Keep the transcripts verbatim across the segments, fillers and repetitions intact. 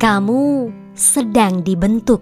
Kamu sedang dibentuk.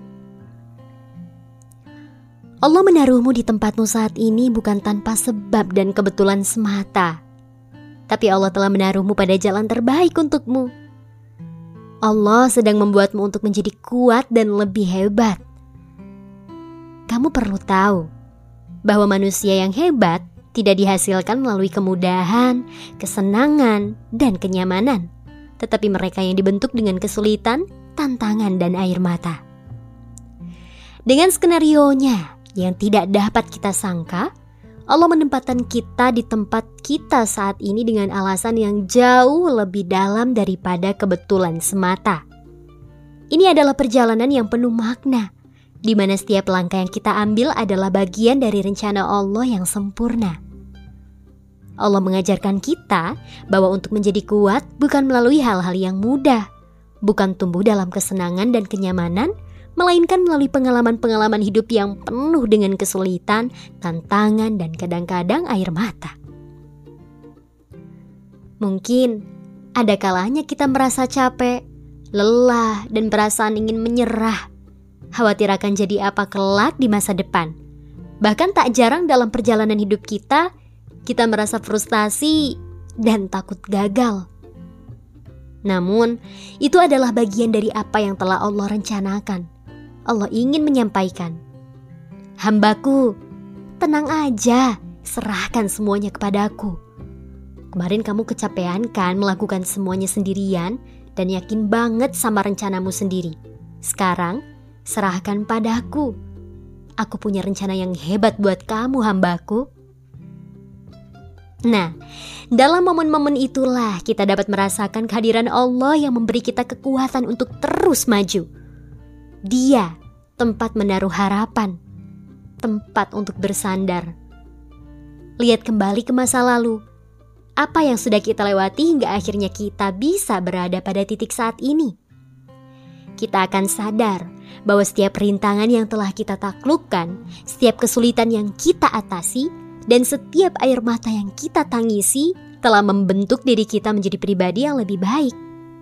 Allah menaruhmu di tempatmu saat ini bukan tanpa sebab dan kebetulan semata. Tapi Allah telah menaruhmu pada jalan terbaik untukmu. Allah sedang membuatmu untuk menjadi kuat dan lebih hebat. Kamu perlu tahu bahwa manusia yang hebat tidak dihasilkan melalui kemudahan, kesenangan, dan kenyamanan. Tetapi mereka yang dibentuk dengan kesulitan, tantangan, dan air mata. Dengan skenarionya yang tidak dapat kita sangka, Allah menempatkan kita di tempat kita saat ini dengan alasan yang jauh lebih dalam daripada kebetulan semata. Ini adalah perjalanan yang penuh makna, di mana setiap langkah yang kita ambil adalah bagian dari rencana Allah yang sempurna. Allah mengajarkan kita bahwa untuk menjadi kuat bukan melalui hal-hal yang mudah, bukan tumbuh dalam kesenangan dan kenyamanan, melainkan melalui pengalaman-pengalaman hidup yang penuh dengan kesulitan, tantangan, dan kadang-kadang air mata. Mungkin ada kalanya kita merasa capek, lelah, dan perasaan ingin menyerah, khawatir akan jadi apa kelak di masa depan. Bahkan tak jarang dalam perjalanan hidup kita, kita merasa frustasi dan takut gagal. Namun, itu adalah bagian dari apa yang telah Allah rencanakan. Allah ingin menyampaikan, "Hambaku, tenang aja, serahkan semuanya kepadaku. Kemarin kamu kecapean kan melakukan semuanya sendirian dan yakin banget sama rencanamu sendiri. Sekarang, serahkan padaku. Aku punya rencana yang hebat buat kamu, hambaku." Nah, dalam momen-momen itulah kita dapat merasakan kehadiran Allah yang memberi kita kekuatan untuk terus maju. Dia tempat menaruh harapan, tempat untuk bersandar. Lihat kembali ke masa lalu. Apa yang sudah kita lewati hingga akhirnya kita bisa berada pada titik saat ini. Kita akan sadar bahwa setiap rintangan yang telah kita taklukkan, setiap kesulitan yang kita atasi, dan setiap air mata yang kita tangisi telah membentuk diri kita menjadi pribadi yang lebih baik.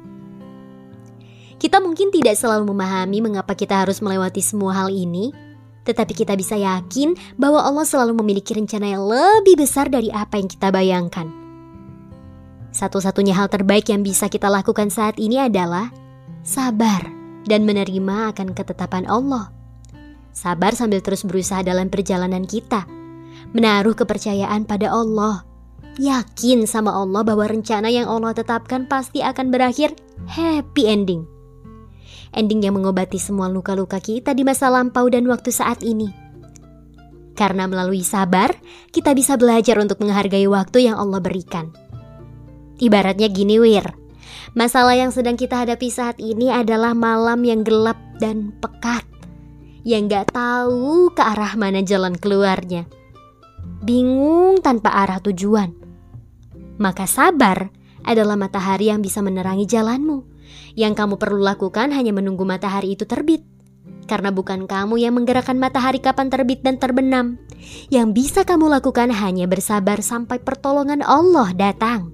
Kita mungkin tidak selalu memahami mengapa kita harus melewati semua hal ini, tetapi kita bisa yakin bahwa Allah selalu memiliki rencana yang lebih besar dari apa yang kita bayangkan. Satu-satunya hal terbaik yang bisa kita lakukan saat ini adalah sabar dan menerima akan ketetapan Allah. Sabar sambil terus berusaha dalam perjalanan kita. Menaruh kepercayaan pada Allah. Yakin sama Allah bahwa rencana yang Allah tetapkan pasti akan berakhir happy ending. Ending yang mengobati semua luka-luka kita di masa lampau dan waktu saat ini. Karena melalui sabar, kita bisa belajar untuk menghargai waktu yang Allah berikan. Ibaratnya gini, Wir. Masalah yang sedang kita hadapi saat ini adalah malam yang gelap dan pekat, yang gak tahu ke arah mana jalan keluarnya. Bingung tanpa arah tujuan. Maka sabar adalah matahari yang bisa menerangi jalanmu. Yang kamu perlu lakukan hanya menunggu matahari itu terbit. Karena bukan kamu yang menggerakkan matahari kapan terbit dan terbenam. Yang bisa kamu lakukan hanya bersabar sampai pertolongan Allah datang.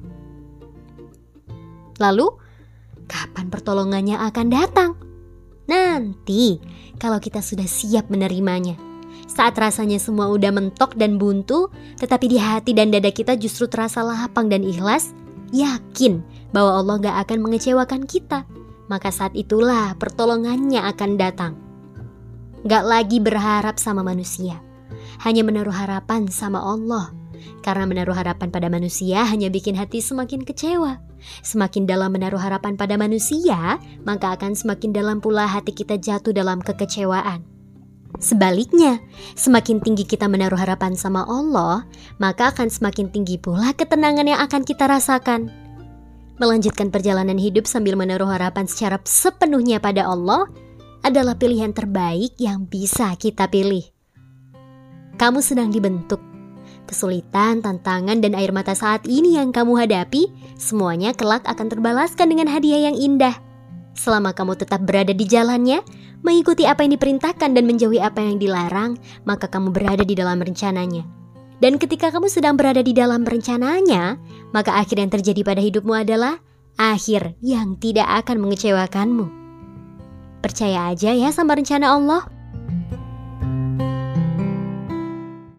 Lalu, kapan pertolongannya akan datang? Nanti, kalau kita sudah siap menerimanya. Saat rasanya semua udah mentok dan buntu, tetapi di hati dan dada kita justru terasa lapang dan ikhlas, yakin bahwa Allah gak akan mengecewakan kita. Maka saat itulah pertolongannya akan datang. Gak lagi berharap sama manusia, hanya menaruh harapan sama Allah. Karena menaruh harapan pada manusia hanya bikin hati semakin kecewa. Semakin dalam menaruh harapan pada manusia, maka akan semakin dalam pula hati kita jatuh dalam kekecewaan. Sebaliknya, semakin tinggi kita menaruh harapan sama Allah, maka akan semakin tinggi pula ketenangan yang akan kita rasakan. Melanjutkan perjalanan hidup sambil menaruh harapan secara sepenuhnya pada Allah adalah pilihan terbaik yang bisa kita pilih. Kamu sedang dibentuk. Kesulitan, tantangan, dan air mata saat ini yang kamu hadapi, semuanya kelak akan terbalaskan dengan hadiah yang indah. Selama kamu tetap berada di jalannya, mengikuti apa yang diperintahkan dan menjauhi apa yang dilarang, maka kamu berada di dalam rencananya. Dan ketika kamu sedang berada di dalam rencananya, maka akhir yang terjadi pada hidupmu adalah akhir yang tidak akan mengecewakanmu. Percaya aja ya sama rencana Allah.